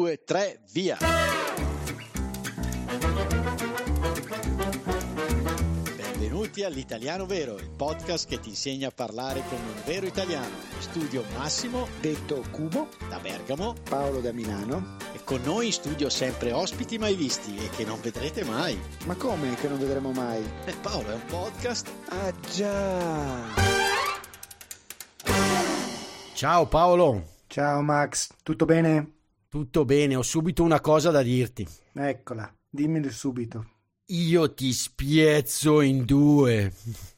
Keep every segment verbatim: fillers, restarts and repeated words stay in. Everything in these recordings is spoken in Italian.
due, tre, via! Benvenuti all'Italiano Vero, il podcast che ti insegna a parlare come un vero italiano. In studio Massimo, detto Cubo, da Bergamo, Paolo da Milano. E con noi in studio sempre ospiti mai visti e che non vedrete mai. Ma come che non vedremo mai? Eh, Paolo, è un podcast. Ah già! Ciao Paolo. Ciao Max, tutto bene? Tutto bene, ho subito una cosa da dirti. Eccola, dimmelo subito. Io ti spiezzo in due.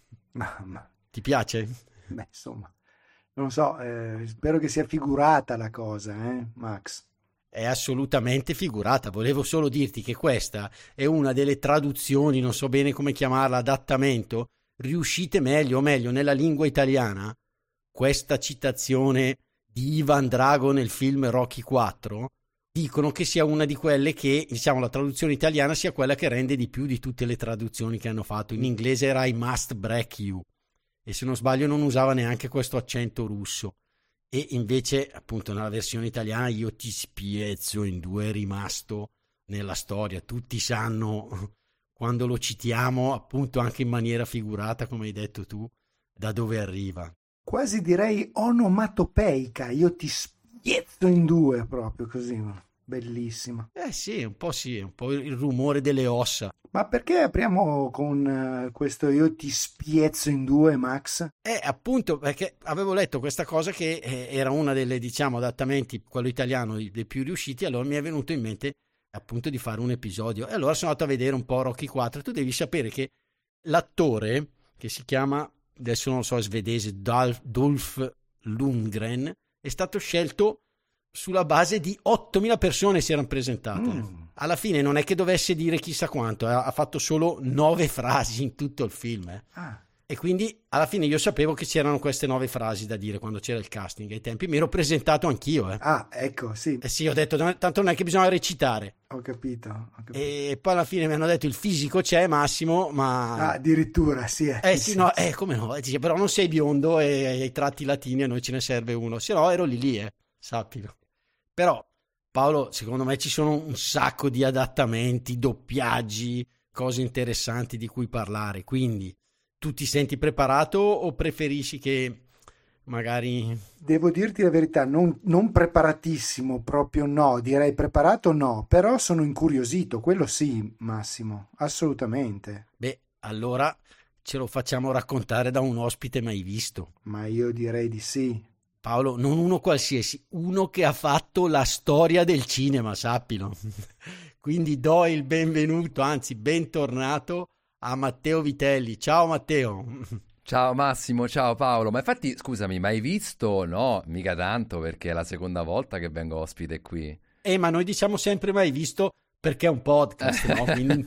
Mamma. Ti piace? Beh, insomma, non so, eh, spero che sia figurata la cosa, eh, Max? È assolutamente figurata. Volevo solo dirti che questa è una delle traduzioni, non so bene come chiamarla, adattamento, riuscite meglio o meglio nella lingua italiana. Questa citazione di Ivan Drago nel film Rocky quattro dicono che sia una di quelle che, diciamo, la traduzione italiana sia quella che rende di più di tutte le traduzioni che hanno fatto. In inglese era I must break you e se non sbaglio non usava neanche questo accento russo, e invece appunto nella versione italiana io ti spiezzo in due è rimasto nella storia. Tutti sanno, quando lo citiamo appunto anche in maniera figurata come hai detto tu, da dove arriva. Quasi direi onomatopeica, io ti spiezzo in due, proprio così, bellissimo. Eh sì, un po' sì, un po' il rumore delle ossa. Ma perché apriamo con uh, questo io ti spiezzo in due, Max? Eh, appunto, perché avevo letto questa cosa che eh, era una delle, diciamo, adattamenti, quello italiano, dei più riusciti, allora mi è venuto in mente appunto di fare un episodio. E allora sono andato a vedere un po' Rocky quattro. Tu devi sapere che l'attore, che si chiama, adesso non lo so, è svedese, Dolph Lundgren, è stato scelto sulla base di ottomila persone si erano presentate. Mm. Alla fine non è che dovesse dire chissà quanto, eh, ha fatto solo nove frasi in tutto il film. Eh. Ah. E quindi alla fine io sapevo che c'erano queste nove frasi da dire quando c'era il casting. Ai tempi mi ero presentato anch'io. Eh. Ah, ecco, sì. Eh sì, ho detto, tanto non è che bisogna recitare. Ho capito, ho capito. E poi alla fine mi hanno detto il fisico c'è, Massimo, ma... Ah, addirittura, sì. Eh, eh sì, no, eh, come no? Dice, però non sei biondo e hai tratti latini, a noi ce ne serve uno. Se no ero lì lì, eh, sappilo. Però, Paolo, secondo me ci sono un sacco di adattamenti, doppiaggi, cose interessanti di cui parlare. Quindi, tu ti senti preparato o preferisci che magari... Devo dirti la verità, non, non preparatissimo, proprio no, direi preparato no, però sono incuriosito, quello sì, Massimo, assolutamente. Beh, allora ce lo facciamo raccontare da un ospite mai visto. Ma io direi di sì. Paolo, non uno qualsiasi, uno che ha fatto la storia del cinema, sappilo. Quindi do il benvenuto, anzi bentornato a Matteo Vitelli. Ciao Matteo. Ciao Massimo, ciao Paolo. Ma infatti, scusami, ma hai visto? No, mica tanto, perché è la seconda volta che vengo ospite qui. Eh, ma noi diciamo sempre mai visto perché è un podcast, no? Quindi...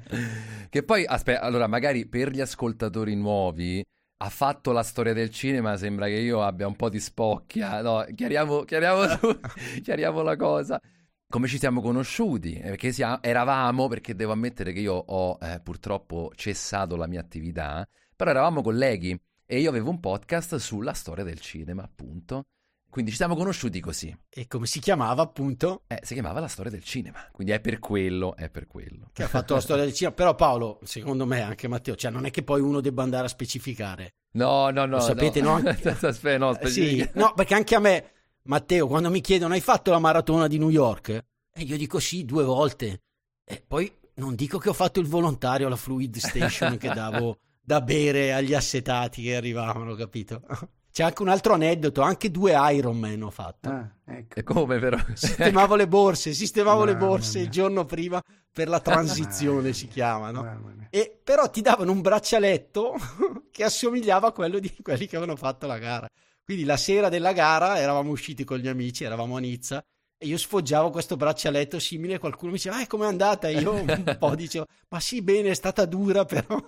Che poi, aspetta, allora magari per gli ascoltatori nuovi... Ha fatto la storia del cinema, sembra che io abbia un po' di spocchia. No, chiariamo, chiariamo, chiariamo la cosa. Come ci siamo conosciuti? Perché siamo, eravamo, perché devo ammettere che io ho eh, purtroppo cessato la mia attività, però eravamo colleghi e io avevo un podcast sulla storia del cinema, appunto. Quindi ci siamo conosciuti così. E come si chiamava, appunto? Eh, si chiamava La storia del cinema, quindi è per quello, è per quello. Che ha fatto la storia del cinema. Però Paolo, secondo me, anche Matteo, cioè non è che poi uno debba andare a specificare. No, no, no. Lo sapete, no? no? Aspetta, no, sì, no, perché anche a me, Matteo, quando mi chiedono hai fatto la maratona di New York? E io dico sì, due volte. E poi non dico che ho fatto il volontario alla Fluid Station che davo da bere agli assetati che arrivavano, capito? C'è anche un altro aneddoto, anche due Ironman ho fatto. Ah, ecco. E come però? Sistemavo le borse, sistemavo Mamma le borse mia. il giorno prima per la transizione si chiama, no? Mamma mia. E però ti davano un braccialetto che assomigliava a quello di quelli che avevano fatto la gara. Quindi la sera della gara eravamo usciti con gli amici, eravamo a Nizza, e io sfoggiavo questo braccialetto simile, qualcuno mi diceva, ah, com'è andata? E io un po' dicevo, ma sì, bene, è stata dura, però...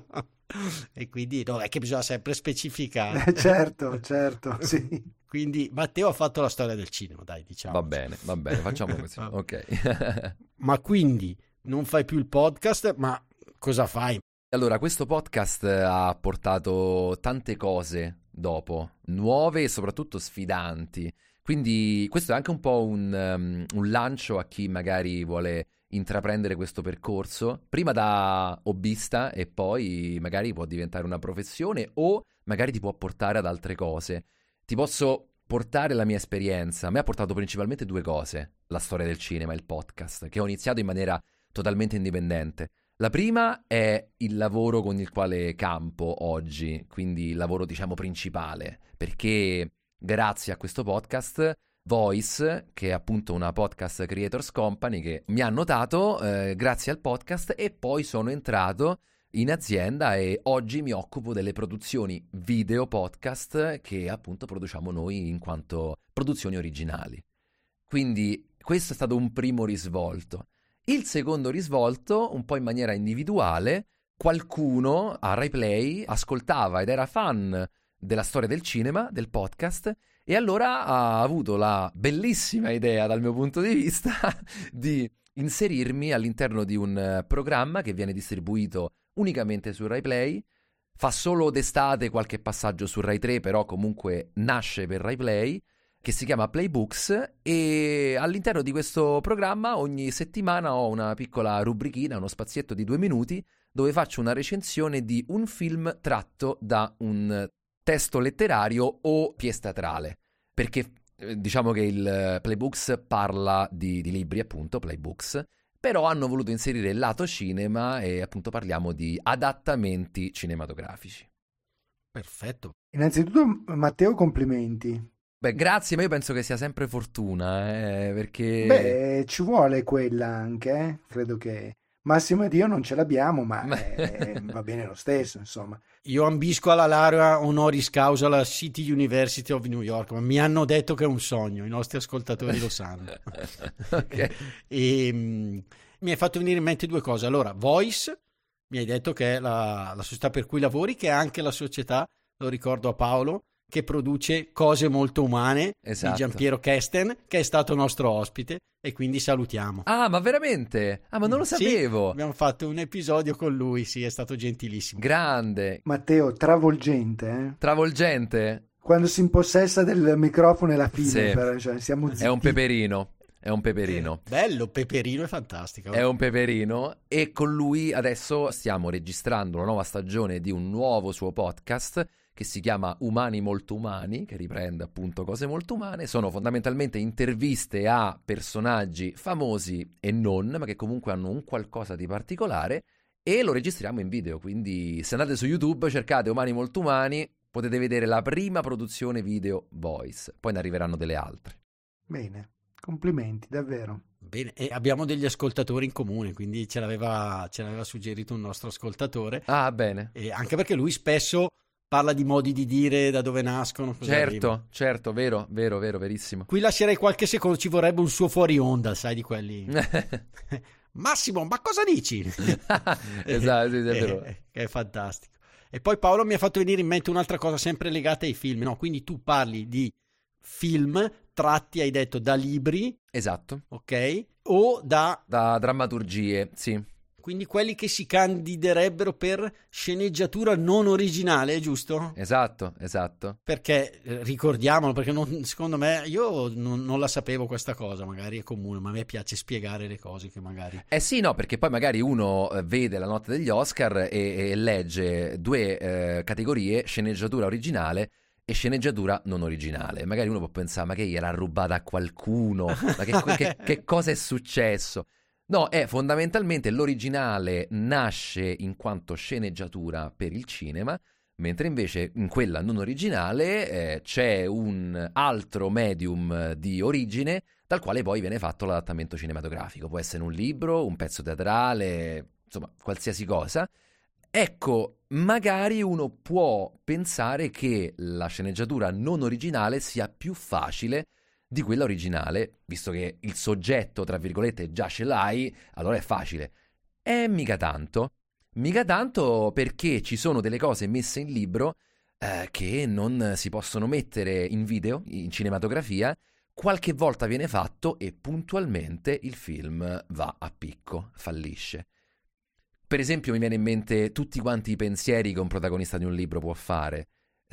E quindi no, è che bisogna sempre specificare. Eh, certo, certo, sì. Quindi Matteo ha fatto la storia del cinema, dai, diciamo. Va bene, va bene, facciamo così, ok. Ma quindi non fai più il podcast, ma cosa fai? Allora, questo podcast ha portato tante cose dopo, nuove e soprattutto sfidanti. Quindi questo è anche un po' un, um, un lancio a chi magari vuole intraprendere questo percorso, prima da hobbista e poi magari può diventare una professione o magari ti può portare ad altre cose. Ti posso portare la mia esperienza. A me ha portato principalmente due cose, la storia del cinema e il podcast, che ho iniziato in maniera totalmente indipendente. La prima è il lavoro con il quale campo oggi, quindi il lavoro diciamo principale, perché grazie a questo podcast Voice, che è appunto una podcast creators company, che mi ha notato eh, grazie al podcast, e poi sono entrato in azienda e oggi mi occupo delle produzioni video podcast che appunto produciamo noi in quanto produzioni originali. Quindi questo è stato un primo risvolto. Il secondo risvolto, un po' in maniera individuale, qualcuno a RaiPlay ascoltava ed era fan della storia del cinema, del podcast, e allora ha avuto la bellissima idea, dal mio punto di vista, di inserirmi all'interno di un programma che viene distribuito unicamente su RaiPlay, fa solo d'estate qualche passaggio su Rai tre, però comunque nasce per RaiPlay, che si chiama Playbooks, e all'interno di questo programma ogni settimana ho una piccola rubrichina, uno spazietto di due minuti, dove faccio una recensione di un film tratto da un testo letterario o pièce teatrale, perché eh, diciamo che il Playbooks parla di, di libri, appunto, Playbooks, però hanno voluto inserire il lato cinema e appunto parliamo di adattamenti cinematografici. Perfetto. Innanzitutto, Matteo, complimenti. Beh, grazie, ma io penso che sia sempre fortuna, eh, perché... Beh, ci vuole quella anche, eh? Credo che Massimo ed io non ce l'abbiamo, ma eh, va bene lo stesso, insomma. Io ambisco alla laurea honoris causa alla City University of New York, ma mi hanno detto che è un sogno, i nostri ascoltatori lo sanno. Okay. E mh, mi hai fatto venire in mente due cose. Allora, Voice, mi hai detto che è la, la società per cui lavori, che è anche la società, lo ricordo a Paolo, che produce Cose molto umane, esatto, di Giampiero Kesten, che è stato nostro ospite, e quindi salutiamo. Ah, ma veramente? Ah, ma non lo sapevo. Sì, abbiamo fatto un episodio con lui, sì, è stato gentilissimo. Grande. Matteo, travolgente, eh? Travolgente. Quando si impossessa del microfono e la fine, Sì. per, cioè, siamo zitti. È un peperino. È un peperino. Eh, bello, Peperino è fantastico. È un peperino, e con lui adesso stiamo registrando una nuova stagione di un nuovo suo podcast che si chiama Umani molto umani, che riprende appunto Cose molto umane. Sono fondamentalmente interviste a personaggi famosi e non, ma che comunque hanno un qualcosa di particolare, e lo registriamo in video. Quindi se andate su YouTube, cercate Umani molto umani, potete vedere la prima produzione video Voice, poi ne arriveranno delle altre. Bene, complimenti, davvero. Bene, e abbiamo degli ascoltatori in comune, quindi ce l'aveva, ce l'aveva suggerito un nostro ascoltatore. Ah, bene. E anche perché lui spesso parla di modi di dire, da dove nascono. Cosa Certo, arriva. certo, vero, vero, vero, verissimo. Qui lascerei qualche secondo, ci vorrebbe un suo fuori onda, sai, di quelli. Massimo, ma cosa dici? Esatto, sì, è vero. È, è fantastico. E poi Paolo mi ha fatto venire in mente un'altra cosa sempre legata ai film, no? Quindi tu parli di film tratti, hai detto, da libri, Esatto. ok? O da... Da drammaturgie, sì. Quindi quelli che si candiderebbero per sceneggiatura non originale, giusto? Esatto, esatto. Perché, eh, ricordiamolo, perché non, secondo me, io non, non la sapevo questa cosa, magari è comune, ma a me piace spiegare le cose che magari... Eh sì, no, perché poi magari uno eh, vede la notte degli Oscar e, e legge due eh, categorie, sceneggiatura originale e sceneggiatura non originale. Magari uno può pensare, ma che gliel'ha rubata a qualcuno? Ma che, che, che cosa è successo? No, è fondamentalmente l'originale nasce in quanto sceneggiatura per il cinema, mentre invece in quella non originale eh, c'è un altro medium di origine dal quale poi viene fatto l'adattamento cinematografico. Può essere un libro, un pezzo teatrale, insomma, qualsiasi cosa. Ecco, magari uno può pensare che la sceneggiatura non originale sia più facile di quella originale, visto che il soggetto, tra virgolette, già ce l'hai, allora è facile. E mica tanto. Mica tanto, perché ci sono delle cose messe in libro eh, che non si possono mettere in video, in cinematografia. Qualche volta viene fatto e puntualmente il film va a picco, fallisce. Per esempio mi viene in mente tutti quanti i pensieri che un protagonista di un libro può fare.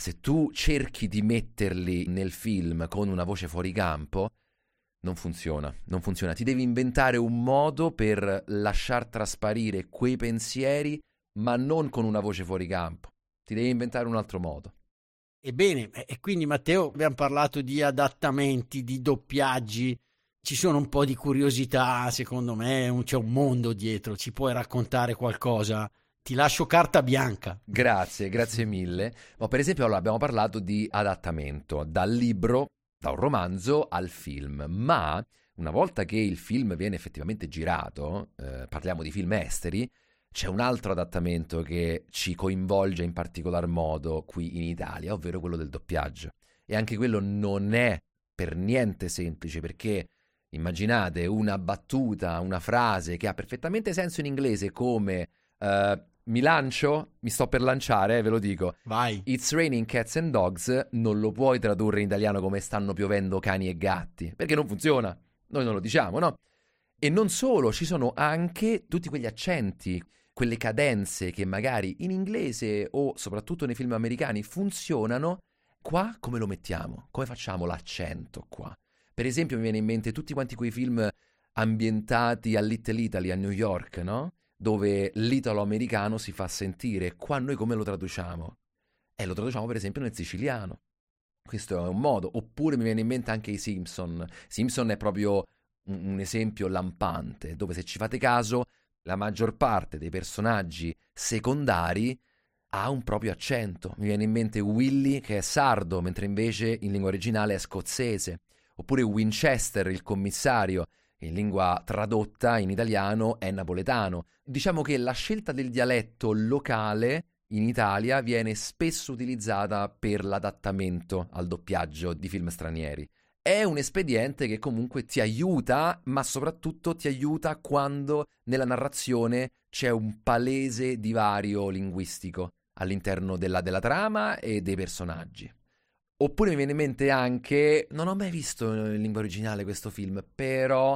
se tu cerchi di metterli nel film con una voce fuori campo, non funziona, non funziona. Ti devi inventare un modo per lasciar trasparire quei pensieri, ma non con una voce fuori campo. Ti devi inventare un altro modo. Ebbene, e quindi Matteo, abbiamo parlato di adattamenti, di doppiaggi, ci sono un po' di curiosità, secondo me c'è un mondo dietro, ci puoi raccontare qualcosa? Ti lascio carta bianca. Grazie, grazie mille. Ma per esempio allora, abbiamo parlato di adattamento dal libro, da un romanzo al film, ma una volta che il film viene effettivamente girato, eh, parliamo di film esteri, c'è un altro adattamento che ci coinvolge in particolar modo qui in Italia, ovvero quello del doppiaggio. E anche quello non è per niente semplice, perché immaginate una battuta, una frase che ha perfettamente senso in inglese come uh, mi lancio, mi sto per lanciare, eh, ve lo dico. Vai. It's raining cats and dogs, non lo puoi tradurre in italiano come stanno piovendo cani e gatti, perché non funziona. Noi non lo diciamo, no? E non solo, ci sono anche tutti quegli accenti, quelle cadenze che magari in inglese o soprattutto nei film americani funzionano. Qua come lo mettiamo? Come facciamo l'accento qua? Per esempio mi viene in mente tutti quanti quei film ambientati a Little Italy, a New York, no? Dove l'italo-americano si fa sentire. Qua noi come lo traduciamo? Eh, lo traduciamo per esempio nel siciliano. Questo è un modo. Oppure mi viene in mente anche i Simpson. Simpson è proprio un, un esempio lampante, dove se ci fate caso la maggior parte dei personaggi secondari ha un proprio accento. Mi viene in mente Willy che è sardo, mentre invece in lingua originale è scozzese. Oppure Winchester, il commissario, in lingua tradotta in italiano è napoletano. Diciamo che la scelta del dialetto locale in Italia viene spesso utilizzata per l'adattamento al doppiaggio di film stranieri. È un espediente che comunque ti aiuta, ma soprattutto ti aiuta quando nella narrazione c'è un palese divario linguistico all'interno della, della trama e dei personaggi. Oppure mi viene in mente anche, non ho mai visto in lingua originale questo film, però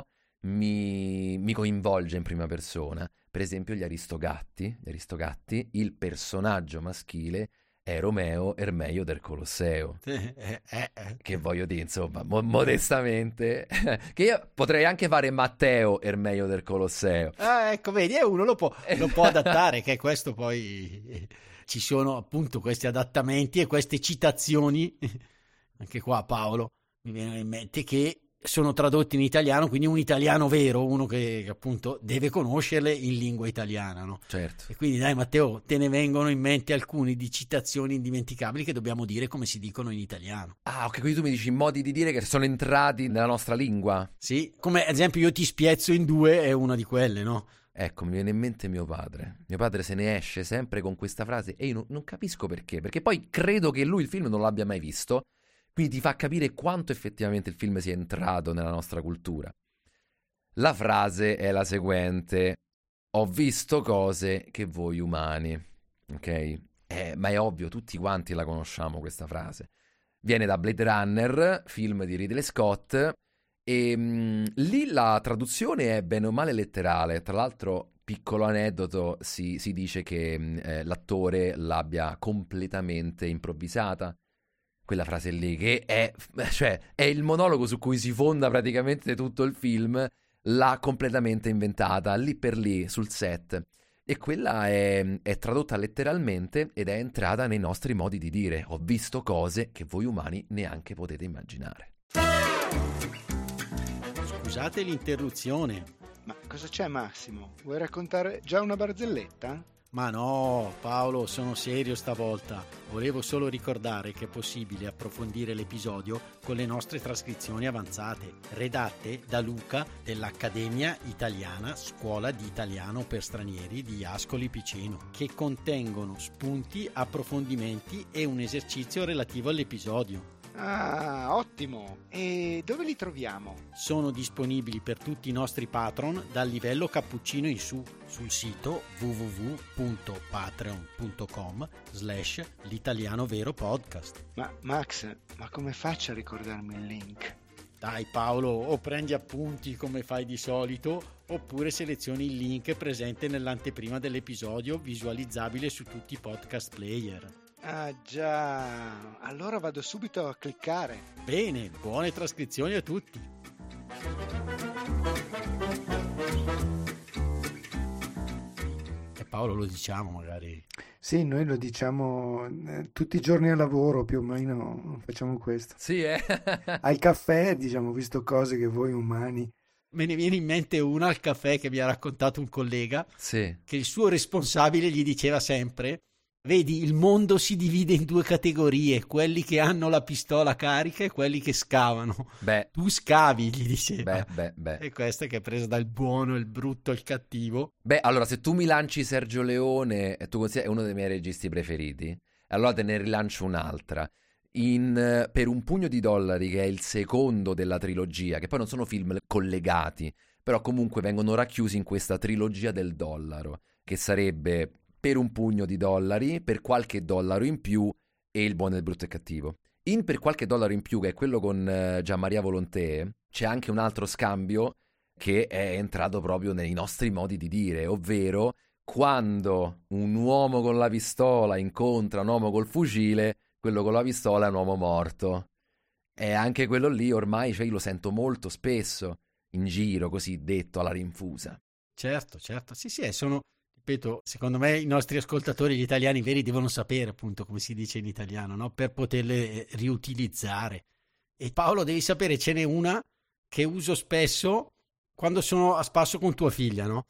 mi, mi coinvolge in prima persona. Per esempio gli Aristogatti, gli Aristogatti, il personaggio maschile è Romeo Ermeio del Colosseo. Eh, eh, eh. Che voglio dire, insomma, mo- modestamente, che io potrei anche fare Matteo Ermeio del Colosseo. Ah, ecco, vedi, uno lo può, lo può adattare, che questo poi... Ci sono appunto questi adattamenti e queste citazioni, anche qua Paolo mi viene in mente, che sono tradotti in italiano, quindi un italiano vero, uno che, che appunto deve conoscerle in lingua italiana, no? Certo. E quindi dai Matteo, te ne vengono in mente alcune di citazioni indimenticabili che dobbiamo dire come si dicono in italiano. Ah, ok, quindi tu mi dici modi di dire che sono entrati nella nostra lingua? Sì, come ad esempio io ti spiezzo in due è una di quelle, no? Ecco, mi viene in mente mio padre. Mio padre se ne esce sempre con questa frase e io non, non capisco perché, perché poi credo che lui il film non l'abbia mai visto, quindi ti fa capire quanto effettivamente il film sia entrato nella nostra cultura. La frase è la seguente: ho visto cose che voi umani, ok? Eh, ma è ovvio, tutti quanti la conosciamo questa frase. Viene da Blade Runner, film di Ridley Scott. E mh, lì la traduzione è bene o male letterale. Tra l'altro, piccolo aneddoto, si, si dice che mh, eh, l'attore l'abbia completamente improvvisata quella frase lì, che è, cioè, è il monologo su cui si fonda praticamente tutto il film. L'ha completamente inventata lì per lì sul set, e quella è, è tradotta letteralmente ed è entrata nei nostri modi di dire. Ho visto cose che voi umani neanche potete immaginare. Scusate l'interruzione. Ma cosa c'è, Massimo? Vuoi raccontare già una barzelletta? Ma no, Paolo, sono serio stavolta. Volevo solo ricordare che è possibile approfondire l'episodio con le nostre trascrizioni avanzate, redatte da Luca dell'Accademia Italiana Scuola di Italiano per Stranieri di Ascoli Piceno, che contengono spunti, approfondimenti e un esercizio relativo all'episodio. Ah, ottimo! E dove li troviamo? Sono disponibili per tutti i nostri patron dal livello cappuccino in su sul sito w w w punto patreon punto com slash l'italiano vero podcast. Ma Max, ma come faccio a ricordarmi il link? Dai Paolo, o prendi appunti come fai di solito, oppure selezioni il link presente nell'anteprima dell'episodio, visualizzabile su tutti i podcast player. Ah già, allora vado subito a cliccare. Bene, buone trascrizioni a tutti. E Paolo lo diciamo magari. Sì, noi lo diciamo eh, tutti i giorni al lavoro, più o meno facciamo questo. Sì, eh? Al caffè, diciamo, visto cose che voi umani... Me ne viene in mente una al caffè che mi ha raccontato un collega, Sì. che il suo responsabile gli diceva sempre: vedi, il mondo si divide in due categorie, quelli che hanno la pistola carica e quelli che scavano. Beh, Tu scavi, gli diceva. beh, beh, beh. E questa che è presa dal buono, il brutto, il cattivo. Beh, allora, se tu mi lanci Sergio Leone, e tu consideri è uno dei miei registi preferiti, allora te ne rilancio un'altra. In eh, Per un pugno di dollari, che è il secondo della trilogia, che poi non sono film collegati, però comunque vengono racchiusi in questa trilogia del dollaro, che sarebbe Per un pugno di dollari, Per qualche dollaro in più e Il buono, il brutto e il cattivo. In Per qualche dollaro in più, che è quello con eh, Gianmaria Volonté, c'è anche un altro scambio che è entrato proprio nei nostri modi di dire, ovvero quando un uomo con la pistola incontra un uomo col fucile, quello con la pistola è un uomo morto. E anche quello lì ormai, cioè, io lo sento molto spesso in giro, così detto alla rinfusa. Certo, certo. Sì, sì, eh, sono, ripeto, secondo me i nostri ascoltatori, gli italiani veri, devono sapere appunto come si dice in italiano, no? Per poterle riutilizzare. E Paolo, devi sapere, ce n'è una che uso spesso quando sono a spasso con tua figlia, no?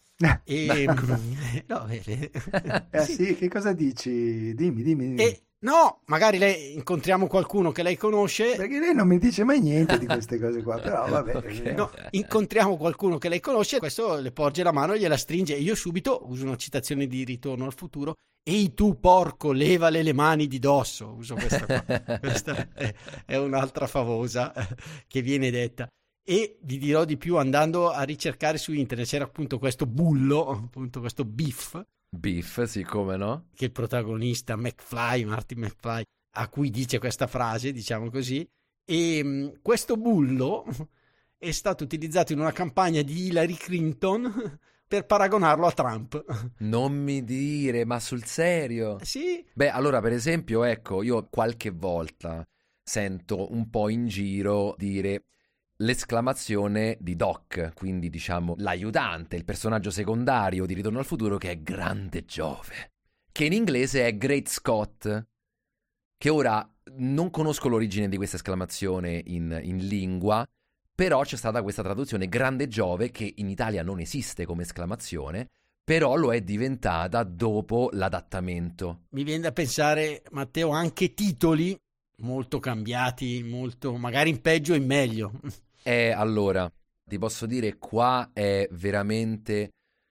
E no, bene. Eh sì, che cosa dici? Dimmi, dimmi, dimmi. E no, magari lei incontriamo qualcuno che lei conosce. Perché lei non mi dice mai niente di queste cose qua, però vabbè. Ok. No, incontriamo qualcuno che lei conosce, questo le porge la mano e gliela stringe. E io subito uso una citazione di Ritorno al futuro: ehi tu porco, levale le mani di dosso. Uso questa qua. Questa è, è un'altra famosa eh, che viene detta. E vi dirò di più, andando a ricercare su internet c'era appunto questo bullo, appunto questo Biff, Beef, sì, come no? che è il protagonista McFly, Martin McFly, a cui dice questa frase, diciamo così. E mh, questo bullo è stato utilizzato in una campagna di Hillary Clinton per paragonarlo a Trump. Non mi dire, ma sul serio? Sì, Beh, allora, per esempio, ecco, io qualche volta sento un po' in giro dire l'esclamazione di Doc, quindi diciamo l'aiutante, il personaggio secondario di Ritorno al futuro, che è Grande Giove, che in inglese è Great Scott, che ora non conosco l'origine di questa esclamazione in, in lingua, però c'è stata questa traduzione Grande Giove, che in Italia non esiste come esclamazione, però lo è diventata dopo l'adattamento. mi viene da pensare, Matteo, anche titoli molto cambiati, molto magari in peggio e in meglio. E allora, ti posso dire, qua è veramente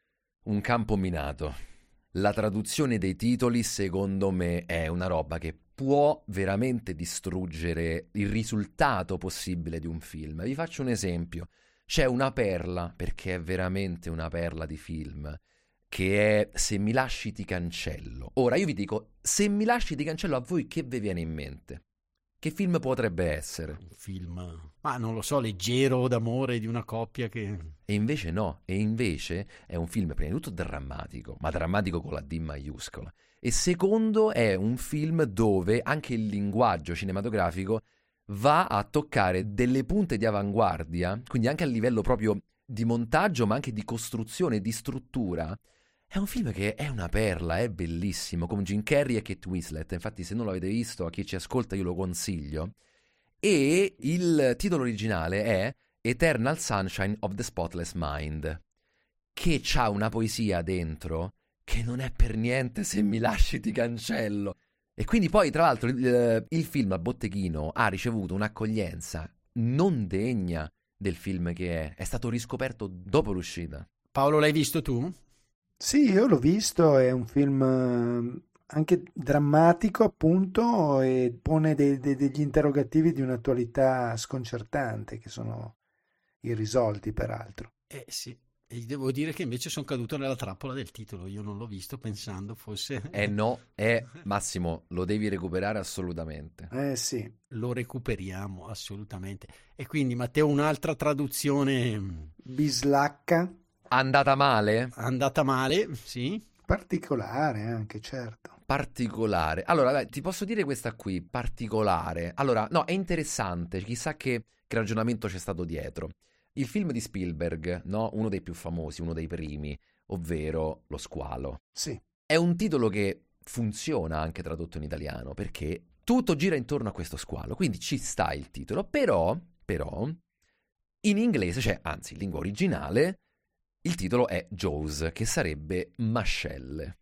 un campo minato. La traduzione dei titoli, secondo me, è una roba che può veramente distruggere il risultato possibile di un film. Vi faccio un esempio. C'è una perla, perché è veramente una perla di film, che è Se mi lasci ti cancello. Ora, io vi dico, Se mi lasci ti cancello, a voi che vi viene in mente? Che film potrebbe essere? Un film, ma non lo so, leggero d'amore di una coppia che... E invece no, e invece è un film prima di tutto drammatico, ma drammatico con la D maiuscola. E secondo è un film dove anche il linguaggio cinematografico va a toccare delle punte di avanguardia, quindi anche a livello proprio di montaggio, ma anche di costruzione, di struttura. È un film che è una perla, è bellissimo, con Jim Carrey e Kate Winslet. Infatti, se non l'avete visto, a chi ci ascolta io lo consiglio. E il titolo originale è Eternal Sunshine of the Spotless Mind, che c'ha una poesia dentro che non è per niente Se mi lasci ti cancello. E quindi poi, tra l'altro, il, il film a botteghino ha ricevuto un'accoglienza non degna del film che è. È stato riscoperto dopo l'uscita. Paolo, l'hai visto tu? Sì, io l'ho visto, è un film eh, anche drammatico appunto e pone dei- dei- degli interrogativi di un'attualità sconcertante che sono irrisolti peraltro. Eh sì, e devo dire che invece sono caduto nella trappola del titolo, io non l'ho visto pensando fosse... Eh no, è Massimo, lo devi recuperare assolutamente. Eh sì, Lo recuperiamo assolutamente. E quindi Matteo, un'altra traduzione bislacca, Andata male? andata male, sì? particolare anche, certo. particolare. Allora, dai, ti posso dire questa qui, particolare. Allora, no, è interessante, chissà che, che ragionamento c'è stato dietro. Il film di Spielberg, no? Uno dei più famosi, uno dei primi, ovvero Lo squalo. Sì. È un titolo che funziona anche tradotto in italiano, perché tutto gira intorno a questo squalo, quindi ci sta il titolo, però, però, in inglese, cioè, anzi, in lingua originale, il titolo è Jaws, che sarebbe mascelle.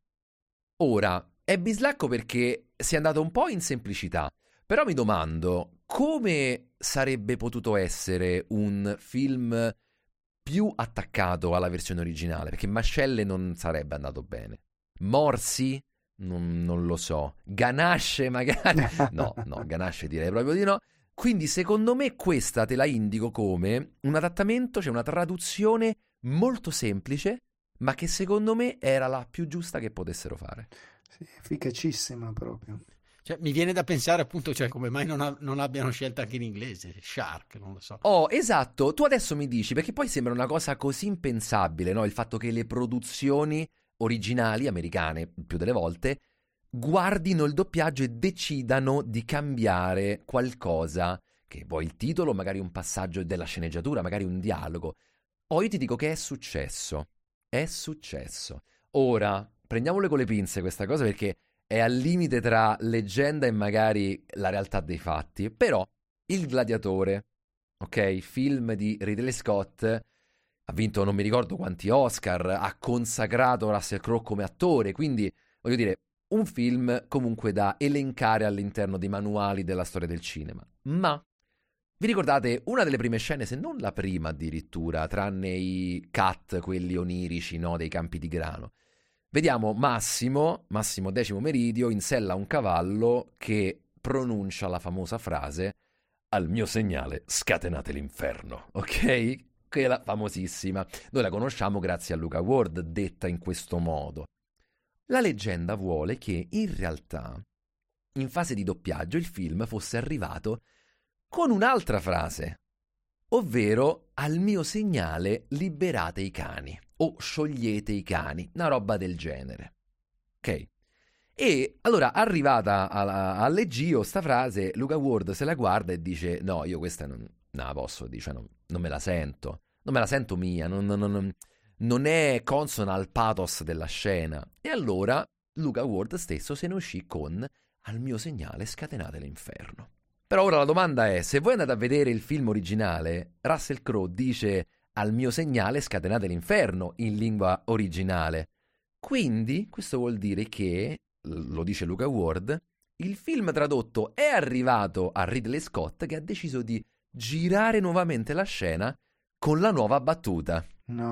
Ora, è bislacco perché si è andato un po' in semplicità, però mi domando come sarebbe potuto essere un film più attaccato alla versione originale, perché mascelle non sarebbe andato bene. Morsi? Non, non lo so. Ganache magari? No, no, Ganache direi proprio di no. Quindi secondo me questa te la indico come un adattamento, cioè una traduzione molto semplice, ma che secondo me era la più giusta che potessero fare. Sì, efficacissima proprio. Cioè, mi viene da pensare appunto, cioè, come mai non, ha- non abbiano scelto anche in inglese Shark, non lo so. Oh, esatto, tu adesso mi dici, perché poi sembra una cosa così impensabile, no? Il fatto che le produzioni originali, americane più delle volte, guardino il doppiaggio e decidano di cambiare qualcosa, che poi il titolo, magari un passaggio della sceneggiatura, magari un dialogo. Oh, io ti dico che è successo, è successo. Ora, prendiamole con le pinze questa cosa perché è al limite tra leggenda e magari la realtà dei fatti, però Il Gladiatore, ok, film di Ridley Scott, ha vinto non mi ricordo quanti Oscar, ha consacrato Russell Crowe come attore, quindi voglio dire, un film comunque da elencare all'interno dei manuali della storia del cinema. Ma vi ricordate una delle prime scene, se non la prima addirittura, tranne i cut, quelli onirici, no, dei campi di grano? Vediamo Massimo, Massimo Decimo Meridio, in sella a un cavallo che pronuncia la famosa frase «Al mio segnale scatenate l'inferno», ok? Quella famosissima. Noi la conosciamo grazie a Luca Ward, detta in questo modo. La leggenda vuole che, in realtà, in fase di doppiaggio, il film fosse arrivato con un'altra frase, ovvero «Al mio segnale liberate i cani» o «sciogliete i cani», una roba del genere. Ok? E allora, arrivata alla, all'Egio sta frase, Luca Ward se la guarda e dice «No, io questa non, non la posso, dice, non, non me la sento, non me la sento mia, non, non, non, non è consona al pathos della scena». E allora Luca Ward stesso se ne uscì con «Al mio segnale scatenate l'inferno». Però ora la domanda è, se voi andate a vedere il film originale, Russell Crowe dice «Al mio segnale scatenate l'inferno» in lingua originale. Quindi questo vuol dire che, lo dice Luca Ward, il film tradotto è arrivato a Ridley Scott che ha deciso di girare nuovamente la scena con la nuova battuta.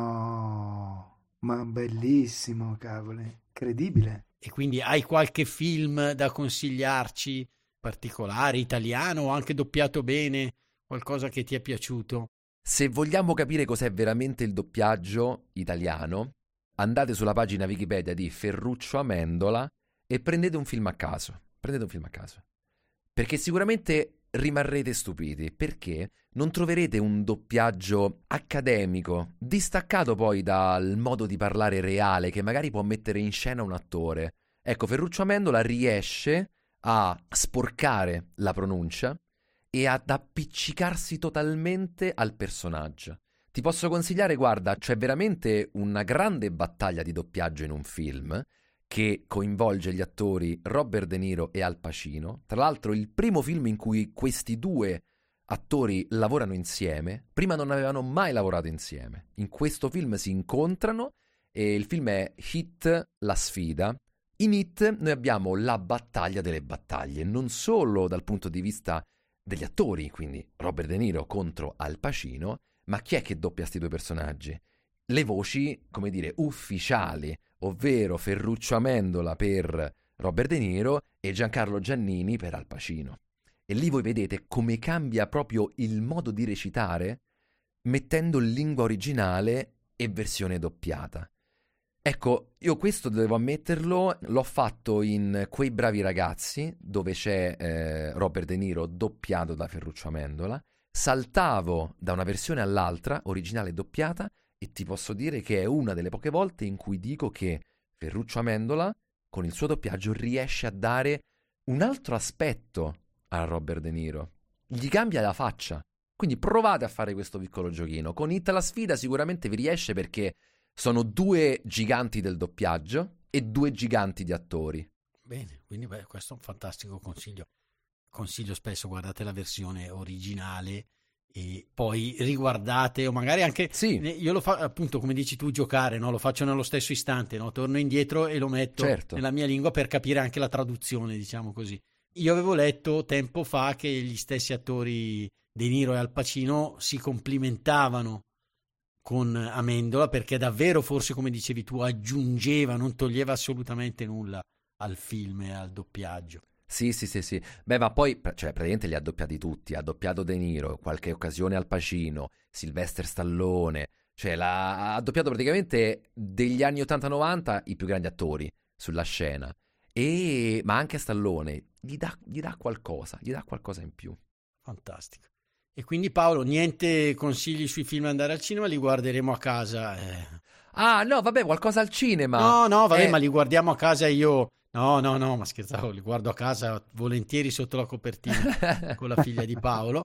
No, ma bellissimo, cavoli, incredibile. E quindi hai qualche film da consigliarci particolare, italiano o anche doppiato bene, qualcosa che ti è piaciuto? Se vogliamo capire cos'è veramente il doppiaggio italiano, andate sulla pagina Wikipedia di Ferruccio Amendola e prendete un film a caso. Prendete un film a caso. Perché sicuramente rimarrete stupiti, perché non troverete un doppiaggio accademico, distaccato poi dal modo di parlare reale che magari può mettere in scena un attore. Ecco, Ferruccio Amendola riesce a sporcare la pronuncia e ad appiccicarsi totalmente al personaggio. Ti posso consigliare, guarda, c'è veramente una grande battaglia di doppiaggio in un film che coinvolge gli attori Robert De Niro e Al Pacino. Tra l'altro il primo film in cui questi due attori lavorano insieme, prima non avevano mai lavorato insieme. In questo film si incontrano e il film è Hit, la sfida. In Hit noi abbiamo la battaglia delle battaglie, non solo dal punto di vista degli attori, quindi Robert De Niro contro Al Pacino, ma chi è che doppia questi due personaggi? Le voci, come dire, ufficiali, ovvero Ferruccio Amendola per Robert De Niro e Giancarlo Giannini per Al Pacino. E lì voi vedete come cambia proprio il modo di recitare mettendo lingua originale e versione doppiata. Ecco, io questo devo ammetterlo, l'ho fatto in Quei bravi ragazzi, dove c'è eh, Robert De Niro doppiato da Ferruccio Amendola, saltavo da una versione all'altra, originale e doppiata, e ti posso dire che è una delle poche volte in cui dico che Ferruccio Amendola con il suo doppiaggio riesce a dare un altro aspetto a Robert De Niro. Gli cambia la faccia. Quindi provate a fare questo piccolo giochino. Con It la sfida sicuramente vi riesce perché sono due giganti del doppiaggio e due giganti di attori. Bene, quindi beh, questo è un fantastico consiglio. Consiglio spesso, guardate la versione originale e poi riguardate, o magari anche sì. Io lo faccio appunto come dici tu, giocare, no? Lo faccio nello stesso istante, no? Torno indietro e lo metto certo. nella mia lingua per capire anche la traduzione, diciamo così. Io avevo letto tempo fa che gli stessi attori De Niro e Al Pacino si complimentavano con Amendola perché davvero, forse come dicevi tu, aggiungeva, non toglieva assolutamente nulla al film e al doppiaggio. Sì, sì, sì, sì. Beh, ma poi, cioè, praticamente li ha doppiati tutti. Ha doppiato De Niro, qualche occasione Al Pacino, Sylvester Stallone. Cioè, la... ha doppiato praticamente degli anni ottanta novanta i più grandi attori sulla scena. E... ma anche Stallone gli dà, gli dà qualcosa, gli dà qualcosa in più. Fantastico. E quindi Paolo, niente consigli sui film da andare al cinema, li guarderemo a casa. Eh. Ah, no, vabbè, qualcosa al cinema. No, no, vabbè, eh... ma li guardiamo a casa io... No, no, no, ma scherzavo, li guardo a casa volentieri sotto la copertina con la figlia di Paolo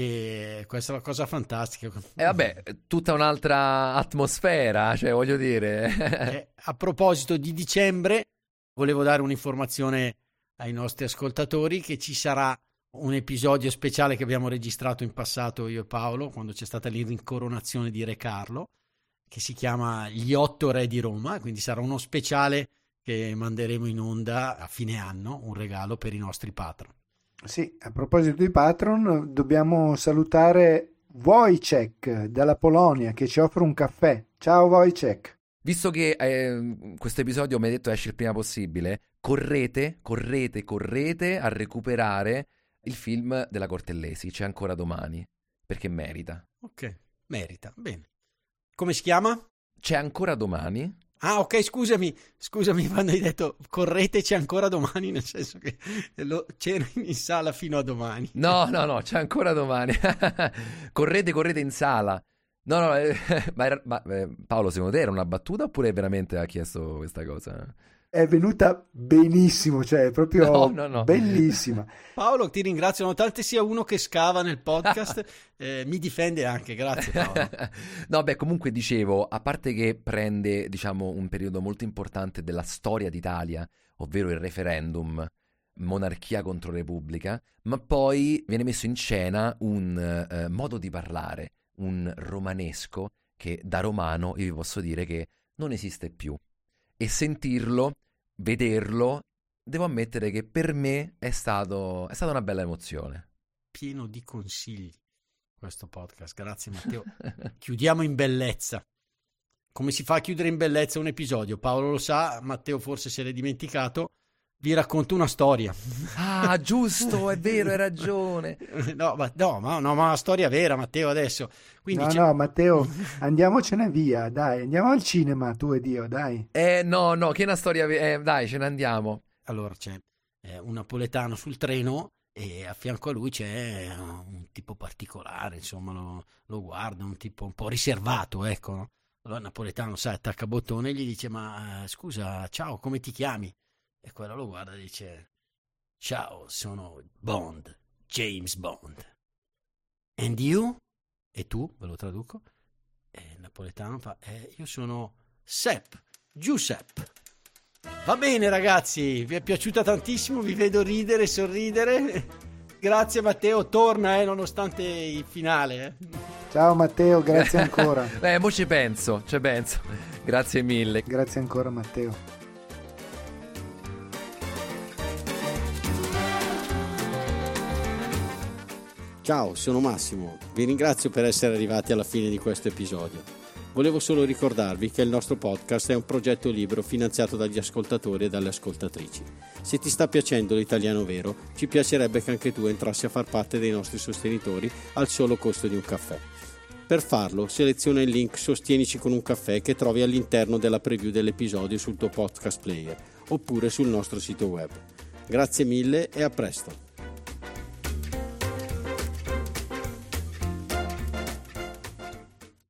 e questa è una cosa fantastica. E eh vabbè, tutta un'altra atmosfera, cioè voglio dire. eh, a proposito di dicembre, volevo dare un'informazione ai nostri ascoltatori che ci sarà un episodio speciale che abbiamo registrato in passato io e Paolo, quando c'è stata l'incoronazione di Re Carlo, che si chiama Gli otto re di Roma, quindi sarà uno speciale che manderemo in onda a fine anno, un regalo per i nostri patron. Sì, a proposito di patron, dobbiamo salutare Wojciech dalla Polonia che ci offre un caffè. Ciao Wojciech. Visto che eh, questo episodio mi hai detto esce il prima possibile, correte, correte, correte a recuperare il film della Cortellesi, C'è ancora domani, perché merita. Ok, merita, bene. Come si chiama? C'è ancora domani. Ah, ok, scusami, scusami quando hai detto correte c'è ancora domani, nel senso che lo, c'ero in sala fino a domani. No, no, no, c'è ancora domani. correte, correte in sala. No, no, eh, ma, era, ma eh, Paolo, secondo te era una battuta oppure veramente ha chiesto questa cosa? È venuta benissimo, cioè proprio no, no, no. bellissima. Paolo, ti ringrazio, nonostante sia uno che scava nel podcast, eh, mi difende anche, grazie Paolo. No, beh, comunque dicevo, a parte che prende, diciamo, un periodo molto importante della storia d'Italia, ovvero il referendum, monarchia contro repubblica, ma poi viene messo in scena un eh, modo di parlare, un romanesco che da romano io vi posso dire che non esiste più. E sentirlo, vederlo, devo ammettere che per me è stato è stata una bella emozione. Pieno di consigli questo podcast, grazie Matteo. Chiudiamo in bellezza. Come si fa a chiudere in bellezza un episodio? Paolo lo sa, Matteo forse se l'è dimenticato. Vi racconto una storia. Ah, giusto, è vero, hai ragione. No, ma, no, ma, no, ma una storia vera, Matteo, adesso. Quindi no, c'è... no, Matteo, andiamocene via, dai, andiamo al cinema, tu ed io, dai. Eh, no, no, che è una storia... Eh, dai, ce ne andiamo. Allora, c'è eh, un napoletano sul treno e a fianco a lui c'è un tipo particolare, insomma, lo, lo guarda, un tipo un po' riservato, ecco, no? Allora il napoletano, sai, attacca bottone e gli dice, ma eh, scusa, ciao, come ti chiami? E quello lo guarda e dice, ciao, sono Bond, James Bond. And you? E tu? Ve lo traduco. E il napoletano fa, eh, io sono Sepp, Giuseppe. Va bene ragazzi, vi è piaciuta tantissimo, vi vedo ridere, sorridere. Grazie Matteo, torna eh, nonostante il finale. Eh. Ciao Matteo, grazie ancora. Eh, mo ci penso, ci penso. Grazie mille. Grazie ancora Matteo. Ciao, sono Massimo, vi ringrazio per essere arrivati alla fine di questo episodio. Volevo solo ricordarvi che il nostro podcast è un progetto libero finanziato dagli ascoltatori e dalle ascoltatrici. Se ti sta piacendo l'italiano vero, ci piacerebbe che anche tu entrassi a far parte dei nostri sostenitori al solo costo di un caffè. Per farlo, seleziona il link Sostienici con un caffè che trovi all'interno della preview dell'episodio sul tuo podcast player oppure sul nostro sito web. Grazie mille e a presto!